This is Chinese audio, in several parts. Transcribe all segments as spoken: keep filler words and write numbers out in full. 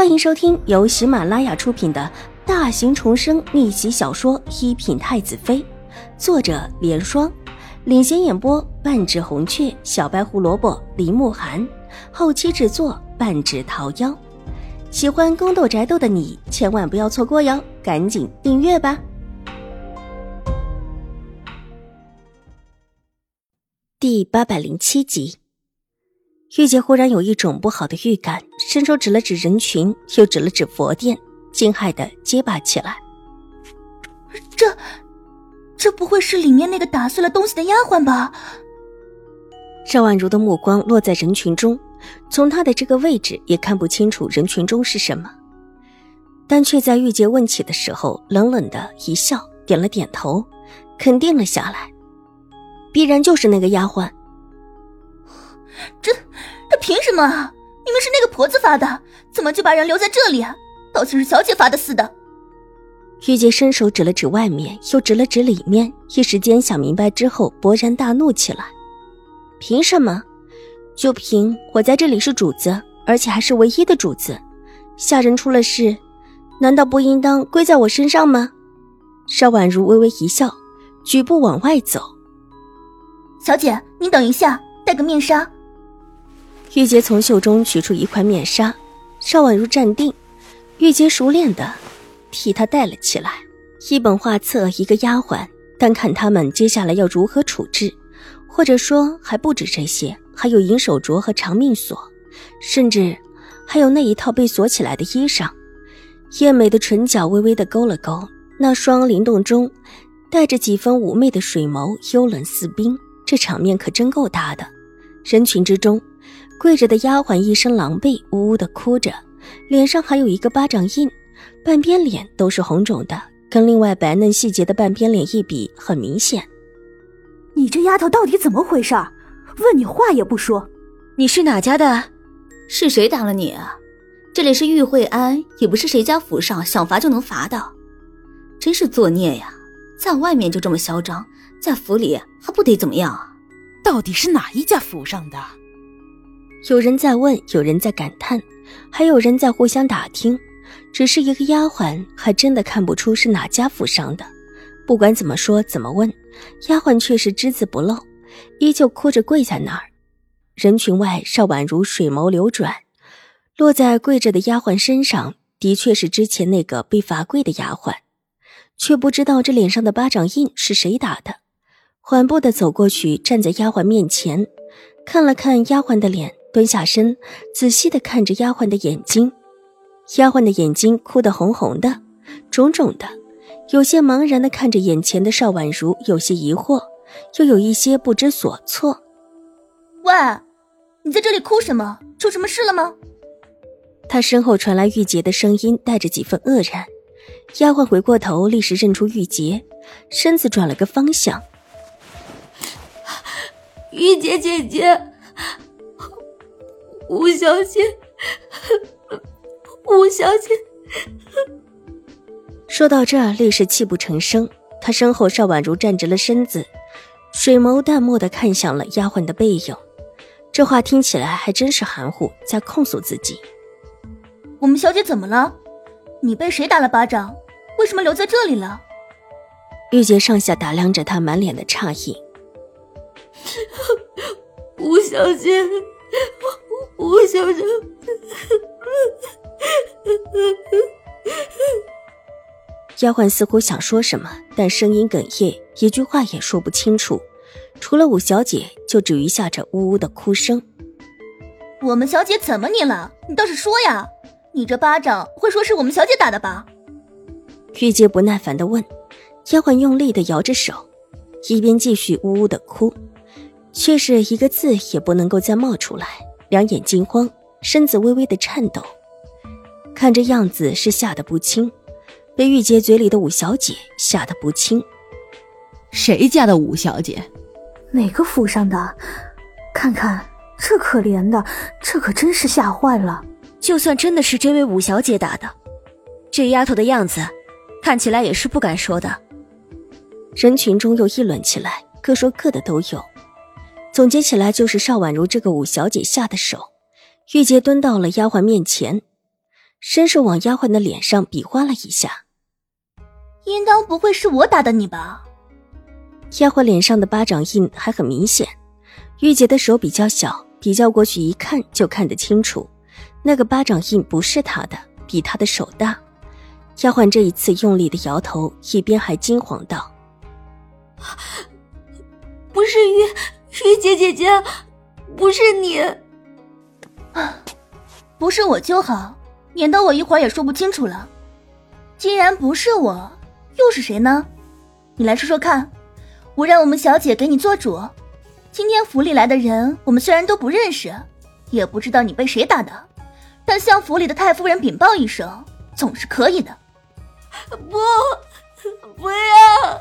欢迎收听由喜马拉雅出品的大型重生逆袭小说《一品太子妃》，作者莲霜，领衔演播半指红雀、小白胡萝卜、林慕寒，后期制作半指桃夭。喜欢宫斗宅斗的你千万不要错过哟，赶紧订阅吧。第八百零七集，玉洁忽然有一种不好的预感，伸手指了指人群，又指了指佛殿，惊骇地结巴起来。 这这不会是里面那个打碎了东西的丫鬟吧？ 邵婉如的目光落在人群中，从她的这个位置也看不清楚人群中是什么，但却在玉洁问起的时候冷冷的一笑，点了点头，肯定了下来，必然就是那个丫鬟。 这这凭什么啊？明明是那个婆子发的，怎么就把人留在这里啊？倒像是小姐发的似的。 玉洁伸手指了指外面，又指了指里面，一时间想明白之后勃然大怒起来。凭什么？就凭我在这里是主子，而且还是唯一的主子，下人出了事，难道不应当归在我身上吗？邵婉如微微一笑，举步往外走。 小姐，你等一下，戴个面纱。 玉洁从袖中取出一块面纱，邵婉如站定，玉洁熟练地替她戴了起来。一本画册，一个丫鬟，但看他们接下来要如何处置，或者说还不止这些，还有银手镯和长命锁，甚至还有那一套被锁起来的衣裳。艳美的唇角微微地勾了勾，那双灵动中带着几分妩媚的水眸幽冷似冰，这场面可真够大的。人群之中，跪着的丫鬟一身狼狈，呜呜地哭着，脸上还有一个巴掌印，半边脸都是红肿的，跟另外白嫩细节的半边脸一比，很明显。 你这丫头到底怎么回事？问你话也不说。 你是哪家的？是谁打了你啊？这里是玉惠安，也不是谁家府上想罚就能罚的。真是作孽呀，在外面就这么嚣张，在府里还不得怎么样啊？ 到底是哪一家府上的？ 有人在问，有人在感叹，还有人在互相打听，只是一个丫鬟还真的看不出是哪家府上的。不管怎么说怎么问，丫鬟却是只字不漏，依旧哭着跪在那儿。人群外，邵婉如水眸流转，落在跪着的丫鬟身上，的确是之前那个被罚跪的丫鬟，却不知道这脸上的巴掌印是谁打的。缓步地走过去，站在丫鬟面前，看了看丫鬟的脸，蹲下身，仔细地看着丫鬟的眼睛。丫鬟的眼睛哭得红红的，肿肿的，有些茫然地看着眼前的邵婉如，有些疑惑，又有一些不知所措。 喂，你在这里哭什么？出什么事了吗？ 他身后传来玉洁的声音，带着几分愕然。丫鬟回过头，立时认出玉洁，身子转了个方向。 玉洁姐姐，吴小姐，吴小姐。 说到这儿，立时泣不成声。他身后邵婉如站直了身子，水眸淡漠地看向了丫鬟的背影。这话听起来还真是含糊，在控诉自己。 我们小姐怎么了？你被谁打了巴掌？为什么留在这里了？ 玉洁上下打量着他，满脸的诧异。 吴小姐，吴小姐。 丫鬟似乎想说什么，但声音哽咽，一句话也说不清楚。除了五小姐，就只余下着呜呜的哭声。 我们小姐怎么你了？你倒是说呀！你这巴掌会说是我们小姐打的吧？ 玉洁不耐烦地问。丫鬟用力地摇着手，一边继续呜呜地哭，却是一个字也不能够再冒出来，两眼惊慌，身子微微地颤抖，看着样子是吓得不轻，被玉洁嘴里的五小姐吓得不轻。 谁家的五小姐？ 哪个府上的？看看这可怜的，这可真是吓坏了。 就算真的是这位五小姐打的，这丫头的样子看起来也是不敢说的。 人群中又议论起来，各说各的都有。总结起来就是邵婉如这个五小姐下的手。玉洁蹲到了丫鬟面前， 伸手往丫鬟的脸上比划了一下。 应当不会是我打的你吧？ 丫鬟脸上的巴掌印还很明显，玉洁的手比较小，比较过去一看就看得清楚，那个巴掌印不是她的，比她的手大。丫鬟这一次用力的摇头，一边还惊慌道： 不是玉玉洁姐姐，不是你。 啊，不是我就好，免得我一会儿也说不清楚了。既然不是我，又是谁呢？你来说说看，我让我们小姐给你做主。今天府里来的人，我们虽然都不认识，也不知道你被谁打的，但向府里的太夫人禀报一声，总是可以的。 不，不要！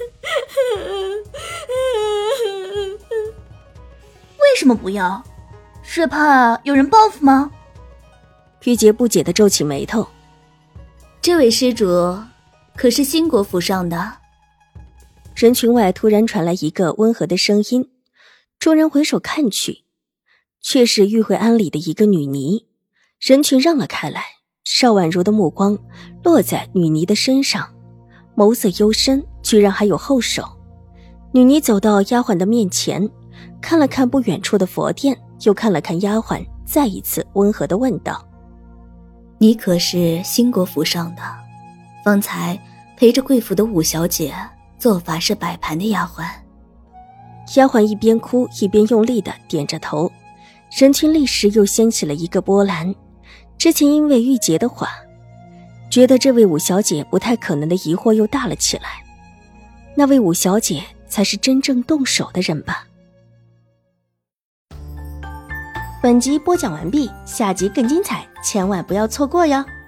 为什么不要？是怕有人报复吗？ 玉洁不解地皱起眉头。 这位施主可是兴国府上的？ 人群外突然传来一个温和的声音，众人回首看去，却是玉慧庵里的一个女尼。人群让了开来，邵婉如的目光落在女尼的身上，眸色幽深，居然还有后手。女尼走到丫鬟的面前，看了看不远处的佛殿，又看了看丫鬟，再一次温和地问道： 你可是兴国府上的，方才陪着贵府的五小姐做法事摆盘的丫鬟？ 丫鬟一边哭一边用力地点着头，人群立时又掀起了一个波澜。之前因为玉洁的话，觉得这位五小姐不太可能的疑惑又大了起来，那位五小姐才是真正动手的人吧。 本集播讲完毕，下集更精彩，千万不要错过哟。